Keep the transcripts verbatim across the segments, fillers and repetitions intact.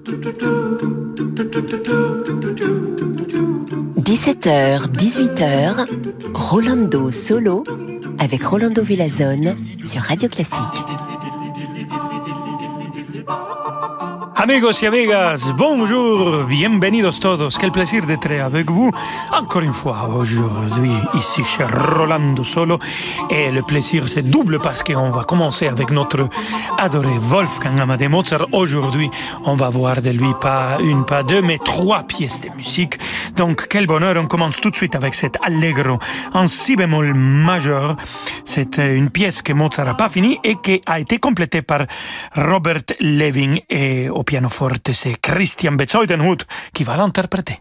dix-sept heures, dix-huit heures, Rolando Solo avec Rolando Villazone sur Radio Classique. Amigos y amigas, bonjour, bienvenidos todos. Quel plaisir d'être avec vous encore une fois aujourd'hui ici chez Rolando Solo. Et le plaisir c'est double parce qu'on va commencer avec notre adoré Wolfgang Amadeus Mozart. Aujourd'hui, on va voir de lui pas une, pas deux, mais trois pièces de musique. Donc quel bonheur, on commence tout de suite avec cet Allegro en si bémol majeur. C'est une pièce que Mozart n'a pas finie et qui a été complétée par Robert Levin et au pianoforte, c'est Christian Bezuidenhout qui va l'interpréter.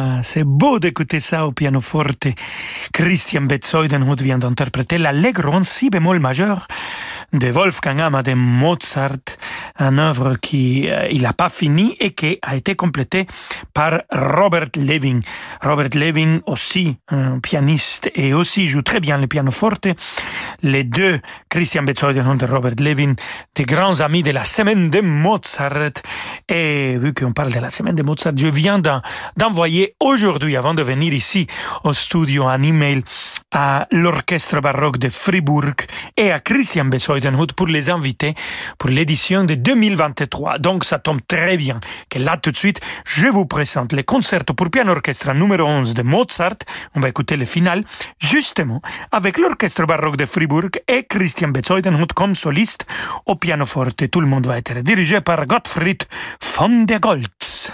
Ah, c'est beau d'écouter ça au pianoforte. Christian Beethoven vient d'interpréter l'Allegro en si bémol majeur de Wolfgang Amadeus Mozart, une œuvre qui euh, il n'a pas fini et qui a été complétée par Robert Levin. Robert Levin aussi un pianiste et aussi joue très bien le pianoforte. Les deux, Christian Beethoven et Robert Levin, des grands amis de la semaine de Mozart. Et vu qu'on parle de la semaine de Mozart, je viens d'envoyer aujourd'hui, avant de venir ici au studio, un email à l'Orchestre baroque de Fribourg et à Christian Beethoven pour les inviter pour l'édition de deux mille vingt-trois. Donc ça tombe très bien que là tout de suite, je vous présente le concerto pour piano orchestre numéro onze de Mozart. On va écouter le final, justement, avec l'Orchestre baroque de Fribourg et Christian Beethoven comme soliste au pianoforte. Tout le monde va être dirigé par Gottfried von der Goltz.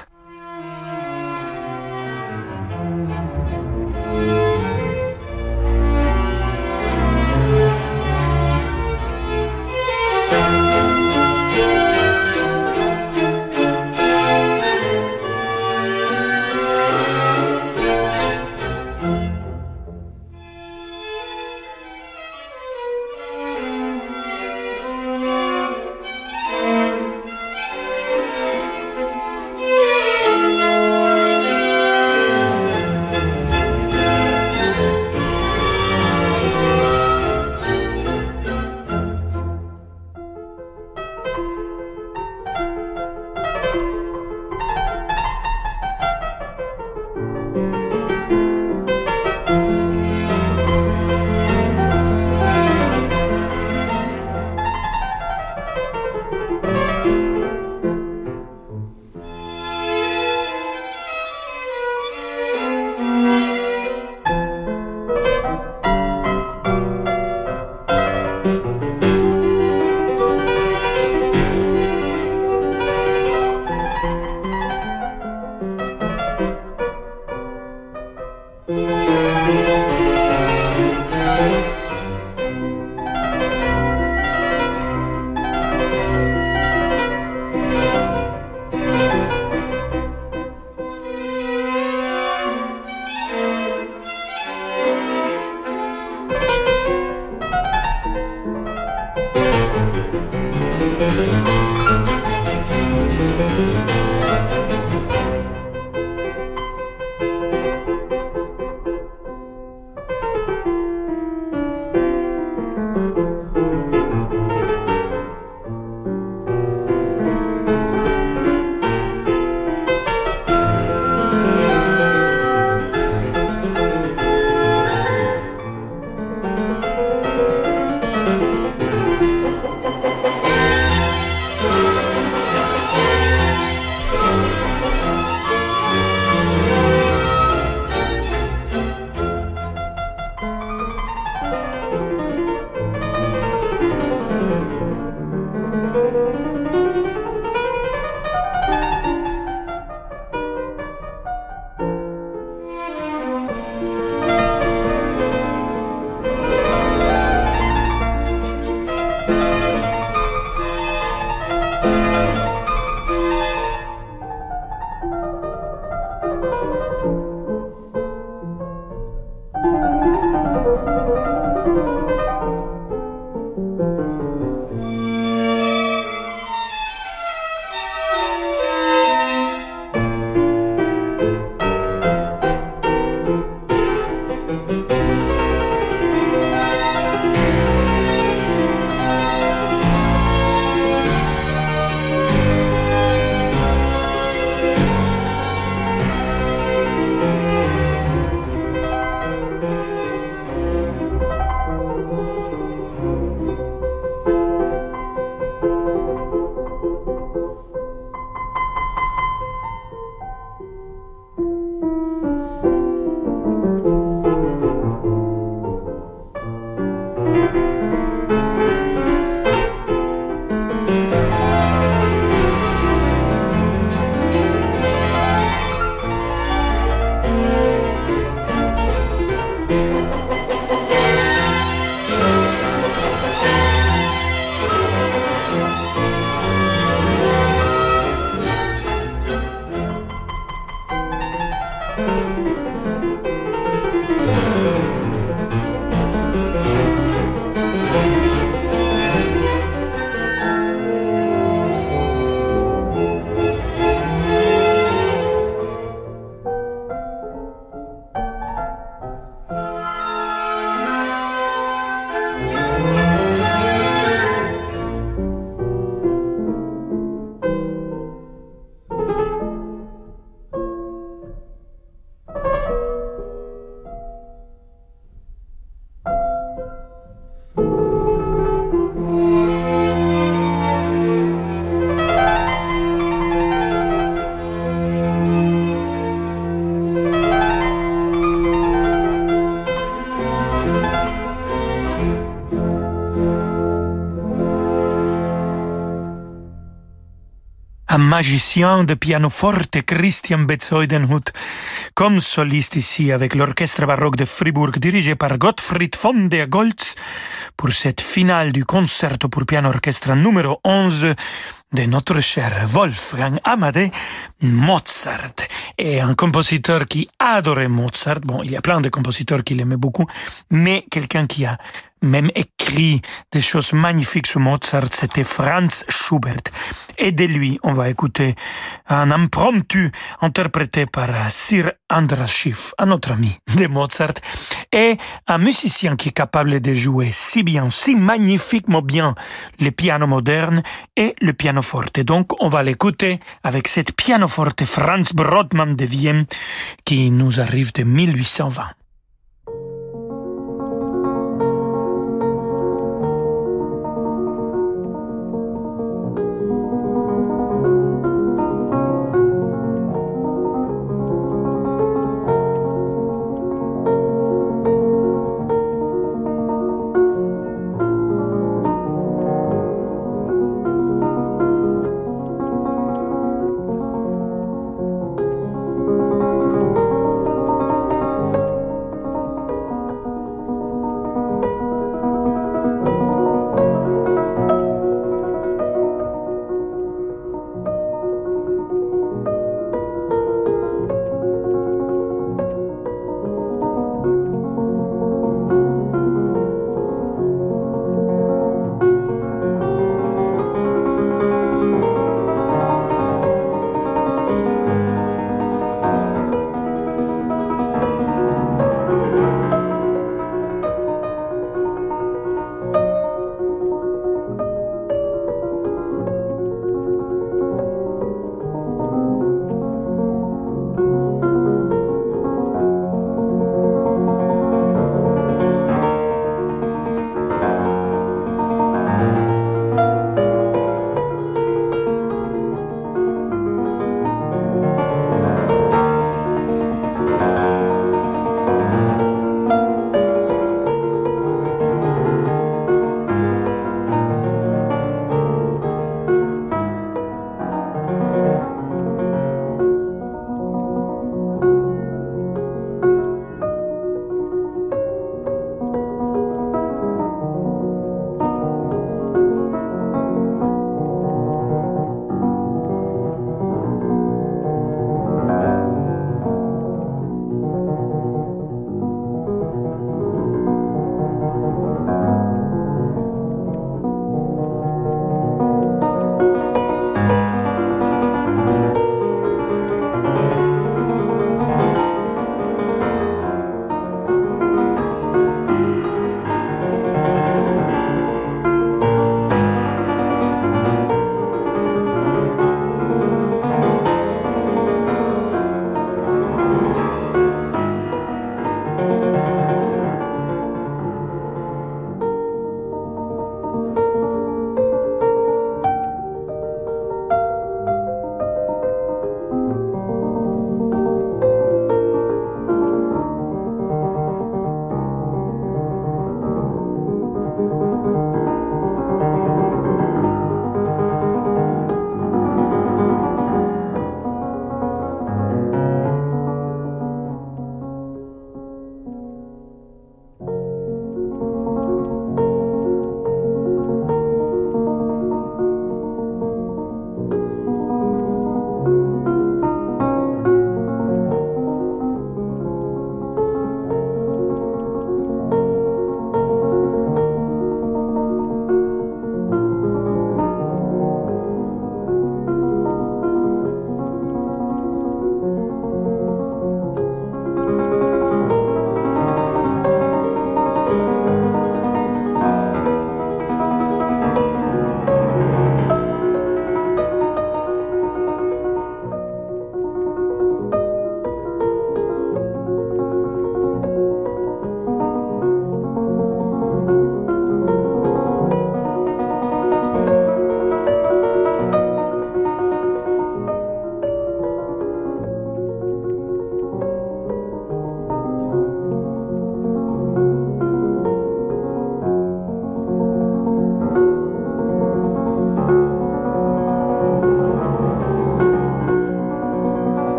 un magicien de pianoforte, Christian Bezuidenhut, comme soliste ici avec l'orchestre baroque de Fribourg dirigé par Gottfried von der Goltz pour cette finale du concerto pour piano orchestre numéro onze de notre cher Wolfgang Amadeus Mozart. Et un compositeur qui adorait Mozart, bon, il y a plein de compositeurs qui l'aimaient beaucoup, mais quelqu'un qui a même écrit des choses magnifiques sur Mozart, c'était Franz Schubert. Et de lui, on va écouter un impromptu interprété par Sir Andras Schiff, un autre ami de Mozart, et un musicien qui est capable de jouer si bien, si magnifiquement bien le piano moderne et le pianoforte. Donc, on va l'écouter avec cette pianoforte Franz Brodmann de Vienne qui nous arrive de mille huit cent vingt.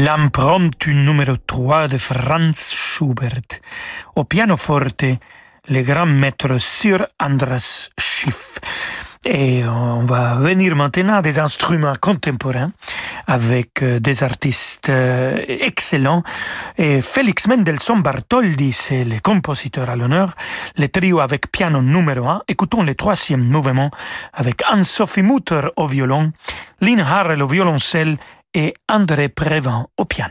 l'impromptu numéro trois de Franz Schubert. Au pianoforte, le grand maître Sir Andras Schiff. Et on va venir maintenant des instruments contemporains avec des artistes excellents. Et Félix Mendelssohn Bartholdy, c'est le compositeur à l'honneur. Le trio avec piano numéro un. Écoutons le troisième mouvement avec Anne-Sophie Mutter au violon, Lynn Harrell au violoncelle et André Prévent au piano.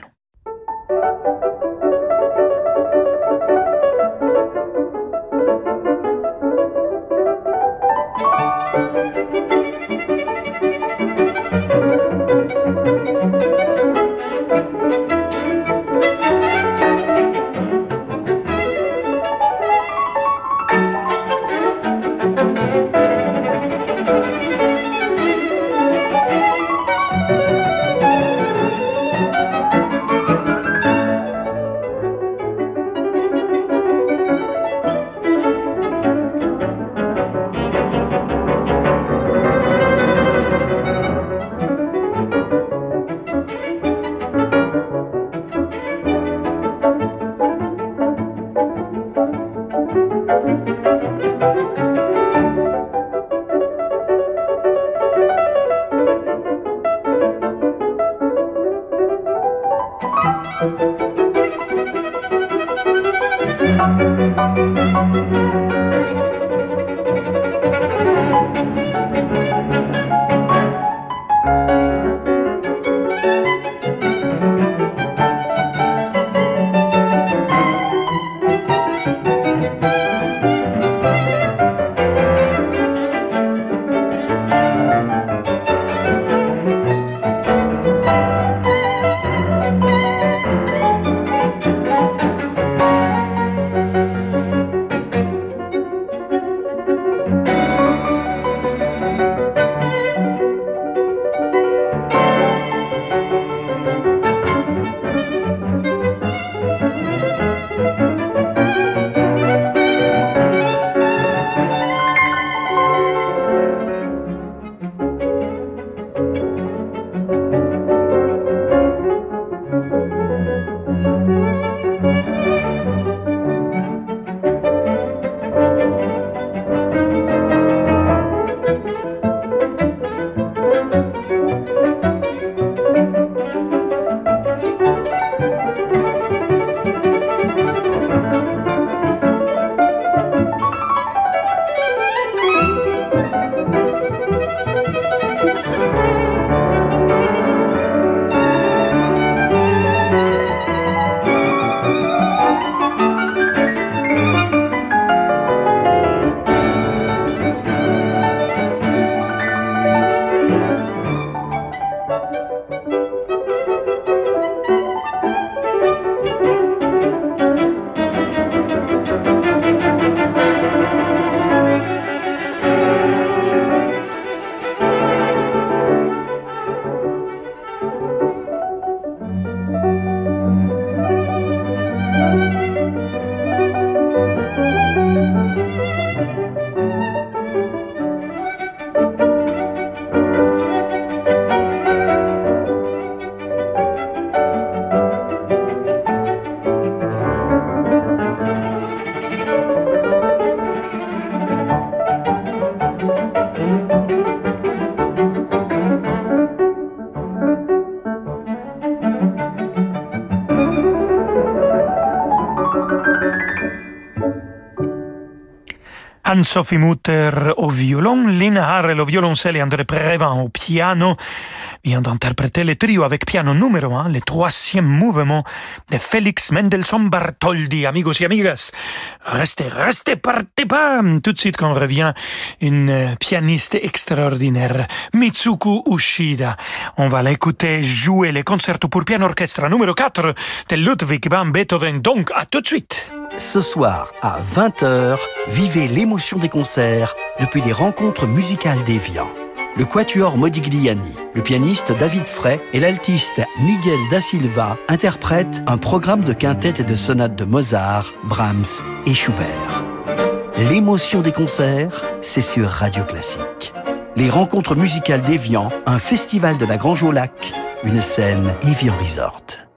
Anne-Sophie Mutter au violon, Lynn Harrell au violoncelle et André Prévent au piano vient d'interpréter le trio avec piano numéro un, le troisième mouvement de Félix Mendelssohn Bartholdy. Amigos et amigas, restez, restez, partez pas. Tout de suite quand on revient, une pianiste extraordinaire, Mitsuko Ushida. On va l'écouter jouer le concerto pour piano orchestre numéro quatre de Ludwig van Beethoven. Donc, à tout de suite. Ce soir, à vingt heures, vivez l'émotion des concerts depuis les rencontres musicales d'Évian. Le quatuor Modigliani, le pianiste David Frey et l'altiste Miguel da Silva interprètent un programme de quintettes et de sonates de Mozart, Brahms et Schubert. L'émotion des concerts, c'est sur Radio Classique. Les rencontres musicales d'Évian, un festival de la Grange au Lac, une scène Évian Resort.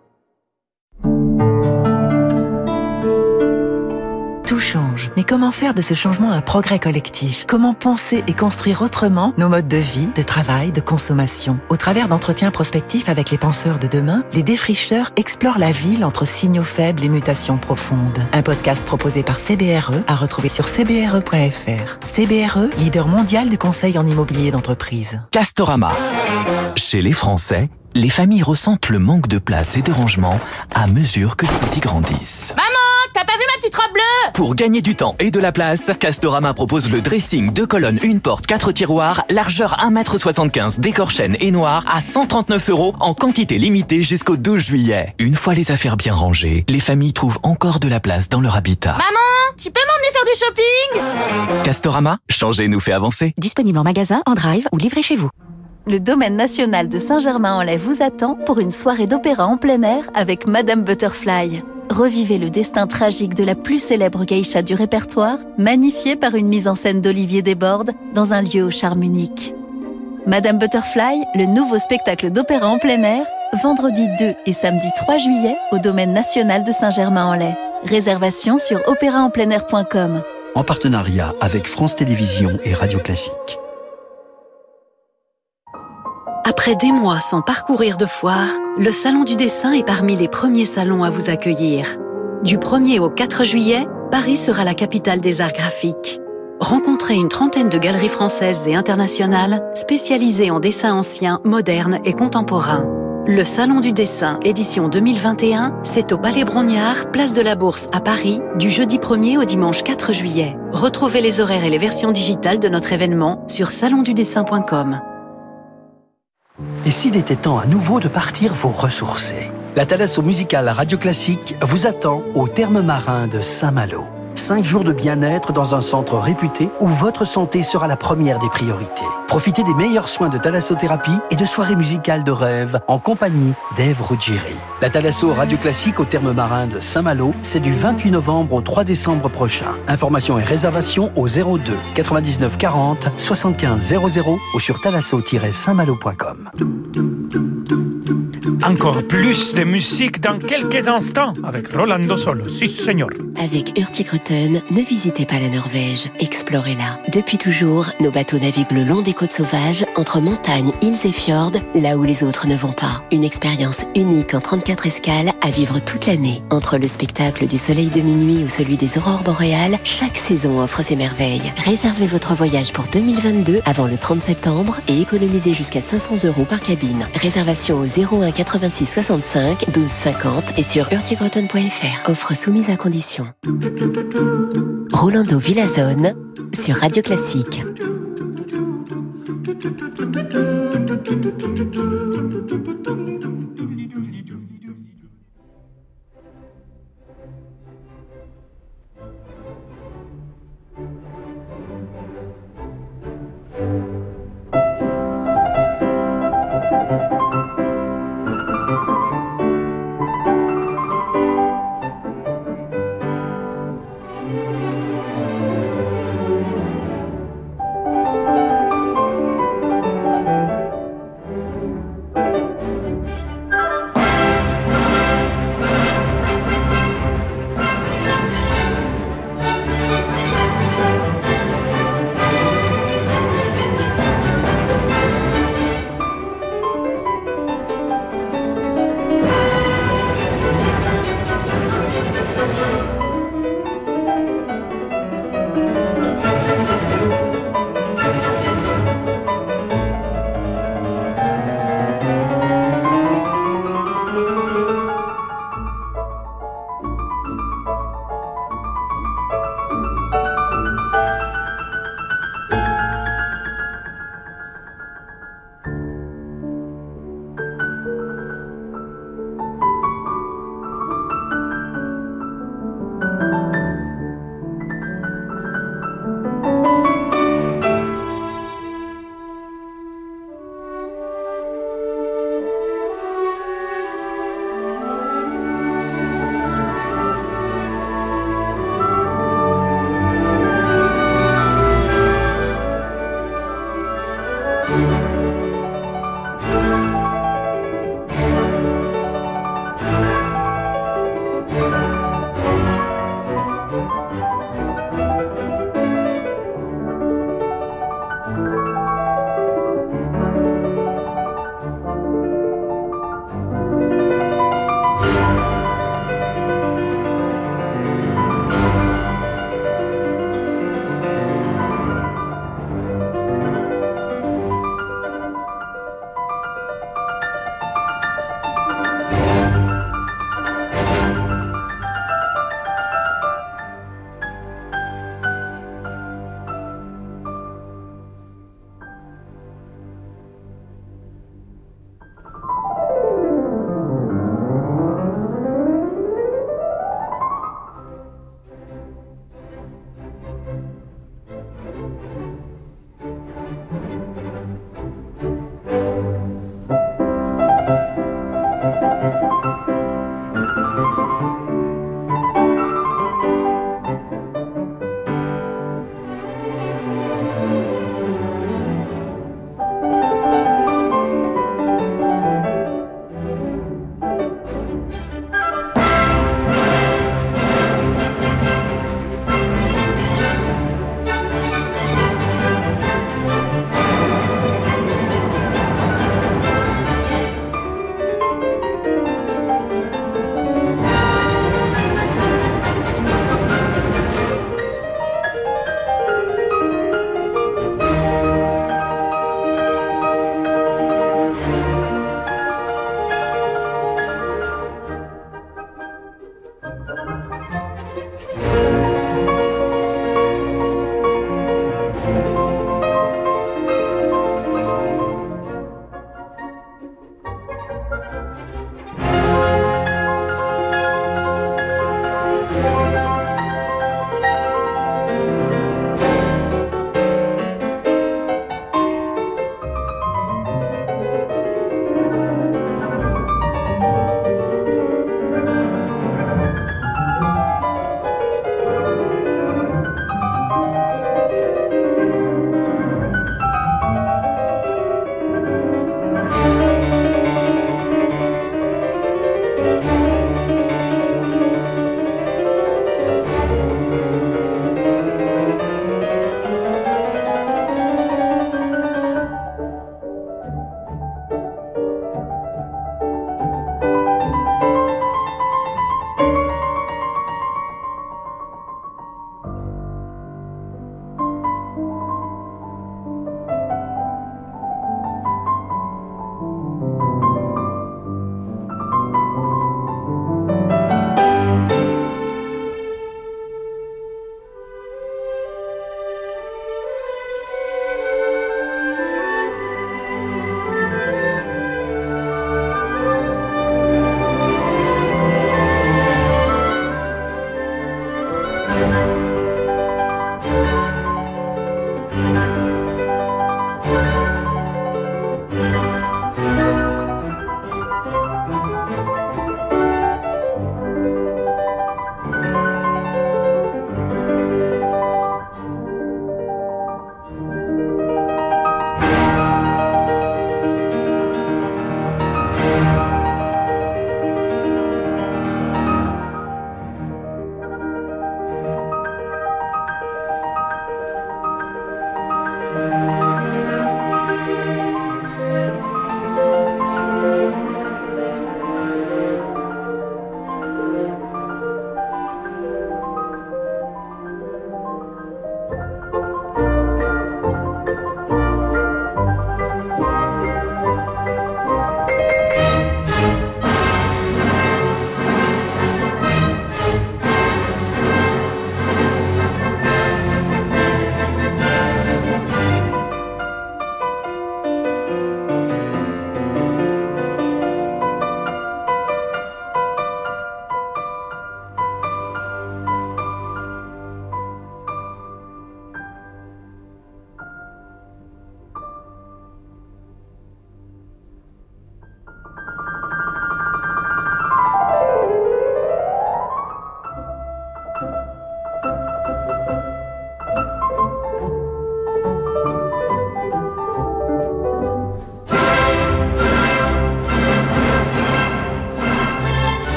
tout change. Mais comment faire de ce changement un progrès collectif? Comment penser et construire autrement nos modes de vie, de travail, de consommation? Au travers d'entretiens prospectifs avec les penseurs de demain, les défricheurs explorent la ville entre signaux faibles et mutations profondes. Un podcast proposé par C B R E à retrouver sur c b r e point f r. C B R E, leader mondial du conseil en immobilier d'entreprise. Castorama. Chez les Français, les familles ressentent le manque de place et de rangement à mesure que les petits grandissent. Maman, t'as pas vu ma petite robe bleue? Pour gagner du temps et de la place, Castorama propose le dressing deux colonnes, une porte, quatre tiroirs, largeur un mètre soixante-quinze, décor chêne et noir à cent trente-neuf euros en quantité limitée jusqu'au douze juillet. Une fois les affaires bien rangées, les familles trouvent encore de la place dans leur habitat. Maman, tu peux m'emmener faire du shopping? Castorama, changer nous fait avancer. Disponible en magasin, en drive ou livré chez vous. Le domaine national de Saint-Germain-en-Laye vous attend pour une soirée d'opéra en plein air avec Madame Butterfly. Revivez le destin tragique de la plus célèbre geisha du répertoire, magnifiée par une mise en scène d'Olivier Desbordes dans un lieu au charme unique. Madame Butterfly, le nouveau spectacle d'opéra en plein air, vendredi deux et samedi trois juillet au domaine national de Saint-Germain-en-Laye. Réservation sur opéra en plein air point com. En partenariat avec France Télévisions et Radio Classique. Après des mois sans parcourir de foire, le Salon du Dessin est parmi les premiers salons à vous accueillir. Du premier au quatre juillet, Paris sera la capitale des arts graphiques. Rencontrez une trentaine de galeries françaises et internationales spécialisées en dessin ancien, moderne et contemporain. Le Salon du Dessin, édition deux mille vingt et un, c'est au Palais Brongniart, place de la Bourse à Paris, du jeudi premier au dimanche quatre juillet. Retrouvez les horaires et les versions digitales de notre événement sur salon du dessin point com. Et s'il était temps à nouveau de partir vous ressourcer? La Thalasso musicale Radio Classique vous attend au Terme Marin de Saint-Malo. Cinq jours de bien-être dans un centre réputé où votre santé sera la première des priorités. Profitez des meilleurs soins de thalassothérapie et de soirées musicales de rêve en compagnie d'Ève Ruggieri. La Thalasso Radio Classique au Terme Marin de Saint-Malo, c'est du vingt-huit novembre au trois décembre prochain. Informations et réservations au zéro deux quatre-vingt-dix-neuf quarante soixante-quinze zéro zéro ou sur thalasso tiret saint malo point com. Encore plus de musique dans quelques instants avec Rolando Solo, si señor. Avec Hurtigruten, ne visitez pas la Norvège, explorez-la. Depuis toujours, nos bateaux naviguent le long des côtes sauvages, entre montagnes, îles et fjords, là où les autres ne vont pas. Une expérience unique en trente-quatre escales à vivre toute l'année. Entre le spectacle du soleil de minuit ou celui des aurores boréales, chaque saison offre ses merveilles. Réservez votre voyage pour deux mille vingt-deux avant le trente septembre et économisez jusqu'à cinq cents euros par cabine. Réservation au zéro un quatre-vingt-six soixante-cinq douze cinquante et sur hurtigruten point f r. Offre soumise à condition. Rolando Villazone sur Radio Classique.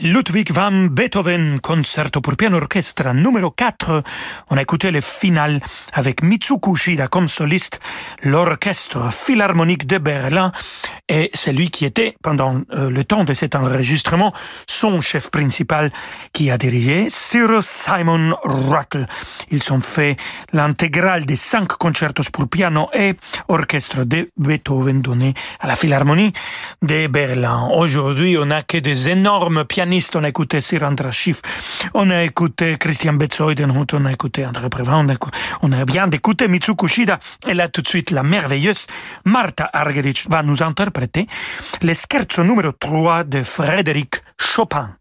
Ludwig van Beethoven, concerto pour piano orchestre numéro quatre. On a écouté le final avec Mitsuko Uchida comme soliste, l'orchestre philharmonique de Berlin, et c'est lui qui était, pendant euh, le temps de cet enregistrement, son chef principal qui a dirigé, Sir Simon Rattle. Ils ont fait l'intégrale des cinq concertos pour piano et orchestre de Beethoven donnés à la philharmonie de Berlin. Aujourd'hui, on n'a que des énormes pianistes. On a écouté Sir Andras Schiff, on a écouté Christian Betzeudenhut, on a écouté André Previn, on a, on a bien écouté Mitsuko Uchida, et là tout de suite la merveilleuse Martha Argerich va nous interpréter le scherzo numéro trois de Frédéric Chopin.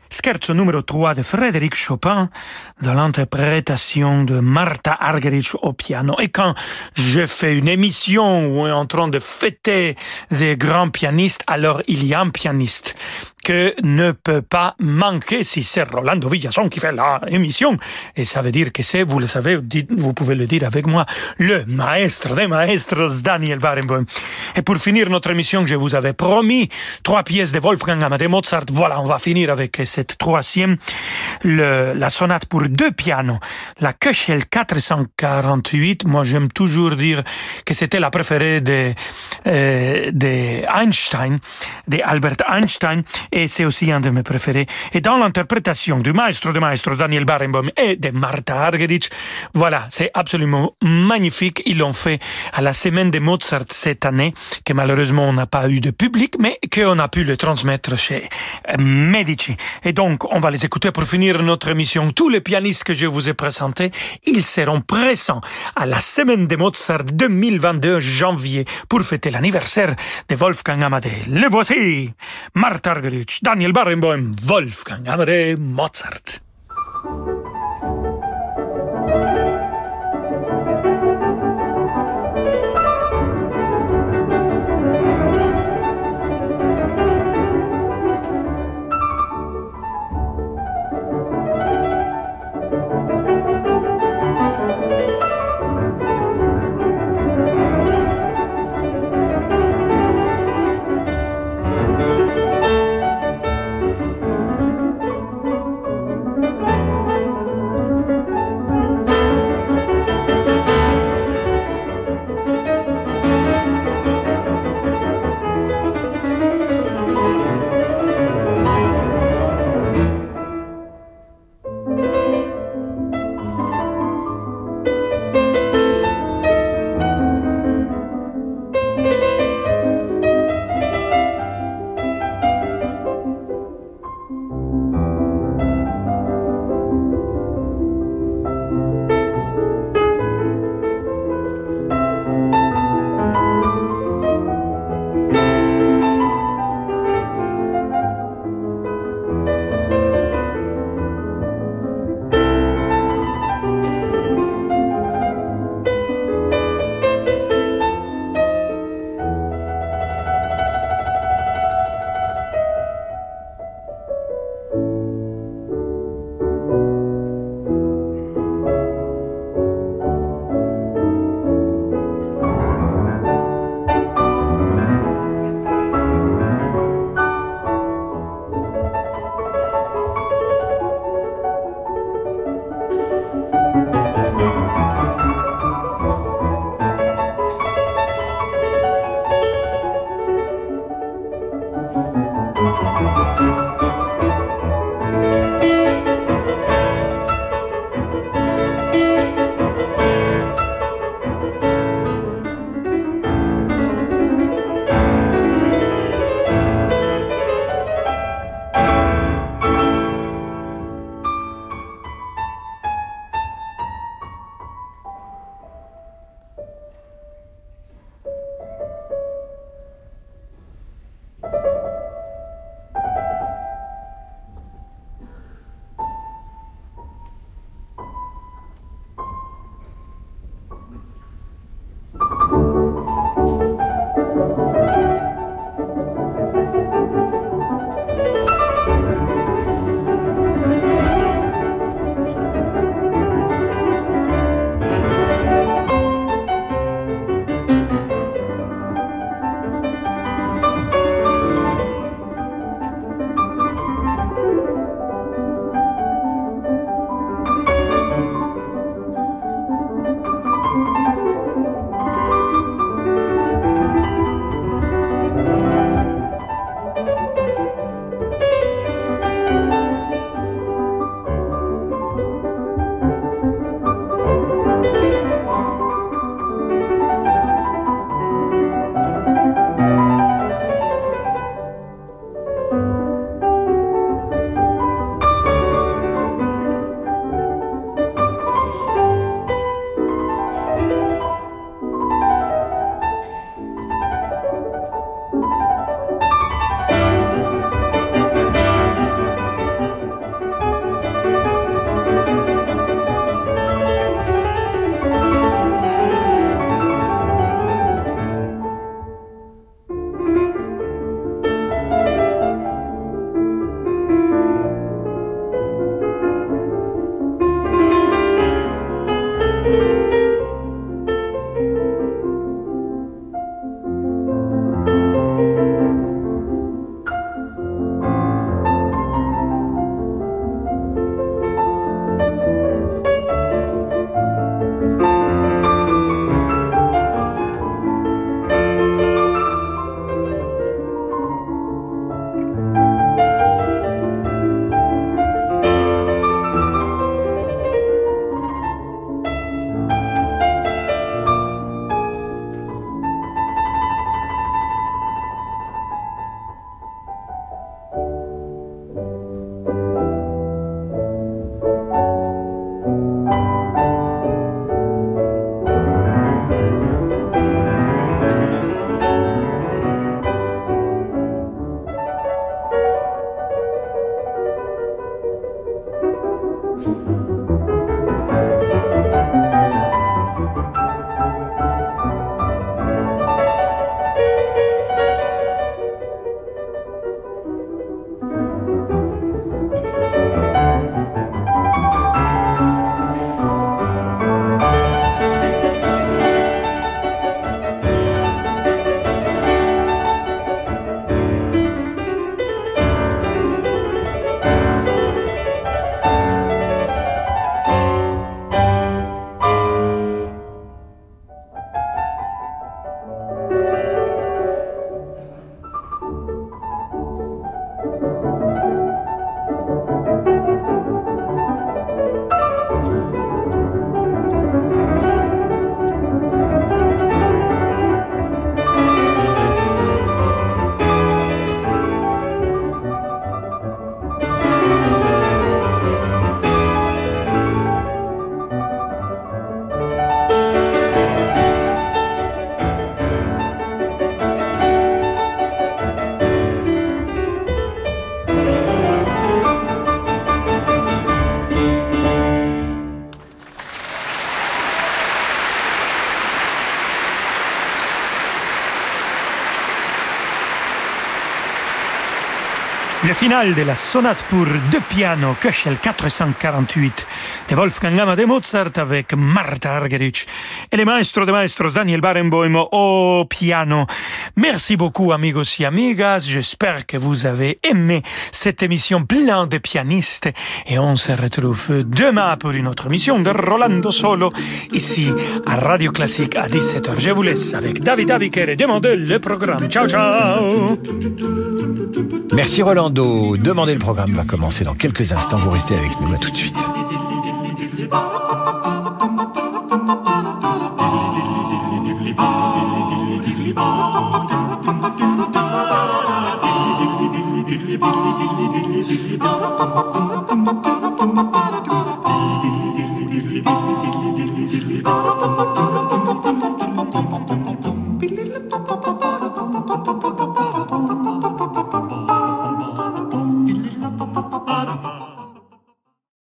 Scherzo numéro trois de Frédéric Chopin dans l'interprétation de Martha Argerich au piano. Et quand je fais une émission où on est en train de fêter des grands pianistes, alors il y a un pianiste que ne peut pas manquer si c'est Rolando Villazón qui fait l'émission. Et ça veut dire que c'est, vous le savez, vous pouvez le dire avec moi, le maestro des maestros, Daniel Barenboim. Et pour finir notre émission, je vous avais promis trois pièces de Wolfgang Amadeus Mozart. Voilà, on va finir avec cette troisième, le, la sonate pour deux pianos, la Köchel quatre cent quarante-huit. Moi, j'aime toujours dire que c'était la préférée de, euh, de Einstein, de Albert Einstein. Et c'est aussi un de mes préférés. Et dans l'interprétation du maestro de maestros Daniel Barenboim et de Martha Argerich, voilà, c'est absolument magnifique. Ils l'ont fait à la semaine de Mozart cette année, que malheureusement on n'a pas eu de public, mais qu'on a pu le transmettre chez Medici. Et donc, on va les écouter pour finir notre émission. Tous les pianistes que je vous ai présentés, ils seront présents à la semaine de Mozart deux mille vingt-deux, janvier, pour fêter l'anniversaire de Wolfgang Amadeus. Le voici, Martha Argerich, Daniel Barenboim, Wolfgang Amadeus Mozart. Le final de la sonate pour deux pianos Köchel quatre cent quarante-huit de Wolfgang Amadeus Mozart avec Martha Argerich et le maestro de maestros Daniel Barenboim au piano. Merci beaucoup amigos y amigas, j'espère que vous avez aimé cette émission pleine de pianistes et on se retrouve demain pour une autre émission de Rolando Solo ici à Radio Classique à dix-sept heures. Je vous laisse avec David Abiker et Demandez le programme. Ciao ciao. Merci Rolando. Demandez le programme va commencer dans quelques instants. Vous restez avec nous. À tout de suite. Ba ba ba ba ba ba ba.